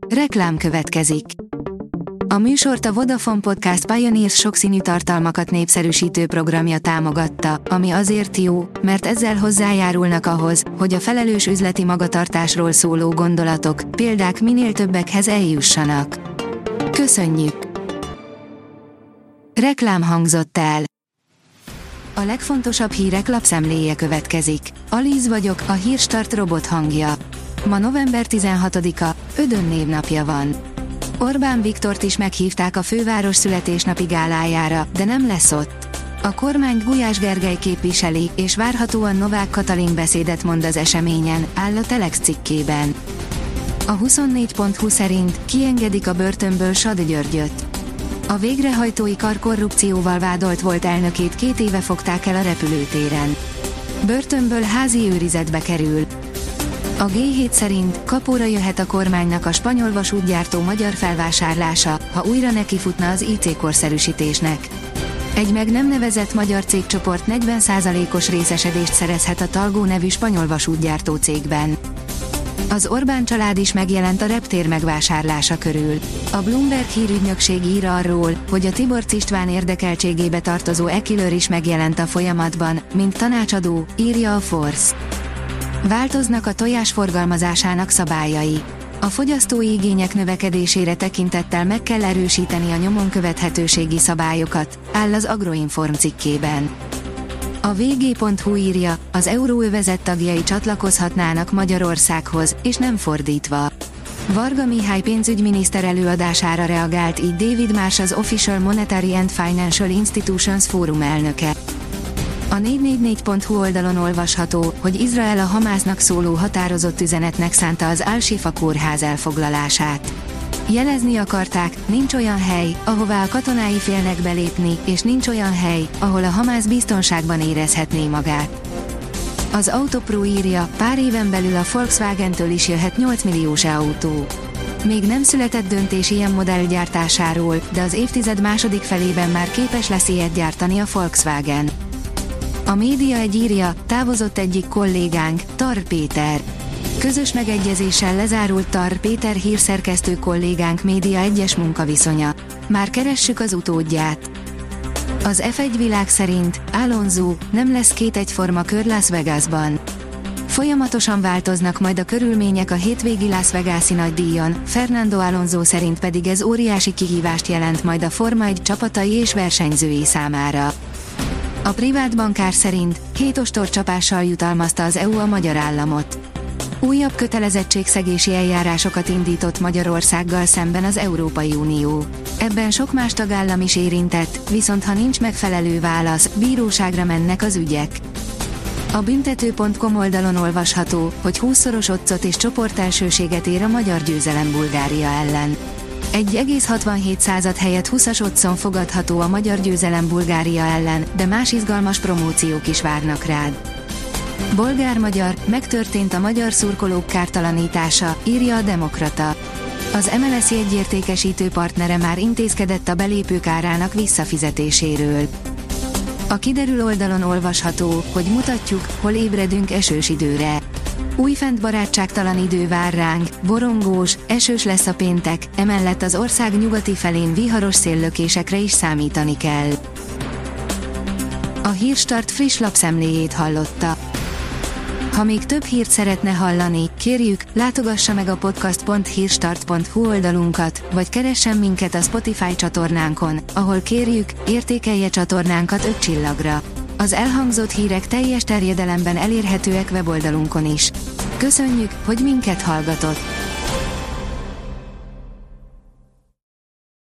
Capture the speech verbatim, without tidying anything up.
Reklám következik. A műsort a Vodafone Podcast Pioneers sokszínű tartalmakat népszerűsítő programja támogatta, ami azért jó, mert ezzel hozzájárulnak ahhoz, hogy a felelős üzleti magatartásról szóló gondolatok, példák minél többekhez eljussanak. Köszönjük! Reklám hangzott el. A legfontosabb hírek lapszemléje következik. Alíz vagyok, a Hírstart robot hangja. Ma november tizenhatodika, Ödön névnapja van. Orbán Viktort is meghívták a főváros születésnapi gálájára, de nem lesz ott. A kormányt Gulyás Gergely képviseli, és várhatóan Novák Katalin beszédet mond az eseményen, áll a Telex cikkében. A huszonnégy pont hu szerint kiengedik a börtönből Sad Györgyöt. A végrehajtói kar korrupcióval vádolt volt elnökét két éve fogták el a repülőtéren. Börtönből házi őrizetbe kerül. A gé hét szerint kapóra jöhet a kormánynak a spanyol vasútgyártó magyar felvásárlása, ha újra nekifutna az í cé korszerűsítésnek. Egy meg nem nevezett magyar cégcsoport negyven százalékos részesedést szerezhet a Talgo nevű spanyol vasútgyártó cégben. Az Orbán család is megjelent a reptér megvásárlása körül. A Bloomberg hírügynökség ír arról, hogy a Tiborcs István érdekeltségébe tartozó e-killer is megjelent a folyamatban, mint tanácsadó, írja a Force. Változnak a tojás forgalmazásának szabályai. A fogyasztói igények növekedésére tekintettel meg kell erősíteni a nyomon követhetőségi szabályokat, áll az Agroinform cikkében. A vé gé pont hu írja, az euróövezet tagjai csatlakozhatnának Magyarországhoz, és nem fordítva. Varga Mihály pénzügyminiszter előadására reagált így David Marsh, az Official Monetary and Financial Institutions Fórum elnöke. A négy négy négy pont hu oldalon olvasható, hogy Izrael a Hamásznak szóló határozott üzenetnek szánta az Al-Shifa kórház elfoglalását. Jelezni akarták, nincs olyan hely, ahová a katonái félnek belépni, és nincs olyan hely, ahol a Hamász biztonságban érezhetné magát. Az Autopro írja, pár éven belül a Volkswagentől is jöhet nyolc milliós autó. Még nem született döntés ilyen modell gyártásáról, de az évtized második felében már képes lesz ilyet gyártani a Volkswagen. A Média egy írja, távozott egyik kollégánk, Tar Péter. Közös megegyezéssel lezárult Tar Péter hírszerkesztő kollégánk Média egyes munkaviszonya. Már keressük az utódját. Az ef egy világ szerint Alonso, nem lesz két egyforma kör Las Vegasban. Folyamatosan változnak majd a körülmények a hétvégi Las Vegas-i nagydíjon, Fernando Alonso szerint pedig ez óriási kihívást jelent majd a Forma egy csapatai és versenyzői számára. A privát bankár szerint hét ostorcsapással jutalmazta az é u a magyar államot. Újabb kötelezettségszegési eljárásokat indított Magyarországgal szemben az Európai Unió. Ebben sok más tagállam is érintett, viszont ha nincs megfelelő válasz, bíróságra mennek az ügyek. A büntető pont com oldalon olvasható, hogy húszszoros oddszot és csoportelsőséget ér a magyar győzelem Bulgária ellen. egy egész hatvanhét század helyett húszas oddszon fogadható a magyar győzelem Bulgária ellen, de más izgalmas promóciók is várnak rád. Bolgár-magyar, megtörtént a magyar szurkolók kártalanítása, írja a Demokrata. Az em el es jegyértékesítő partnere már intézkedett a belépők árának visszafizetéséről. A kiderül oldalon olvasható, hogy mutatjuk, hol ébredünk esős időre. Újfent barátságtalan idő vár ránk, borongós, esős lesz a péntek, emellett az ország nyugati felén viharos széllökésekre is számítani kell. A Hírstart friss lapszemléjét hallotta. Ha még több hírt szeretne hallani, kérjük, látogassa meg a podcast pont hírstart pont hu oldalunkat, vagy keressen minket a Spotify csatornánkon, ahol kérjük, értékelje csatornánkat öt csillagra. Az elhangzott hírek teljes terjedelemben elérhetőek weboldalunkon is. Köszönjük, hogy minket hallgatott!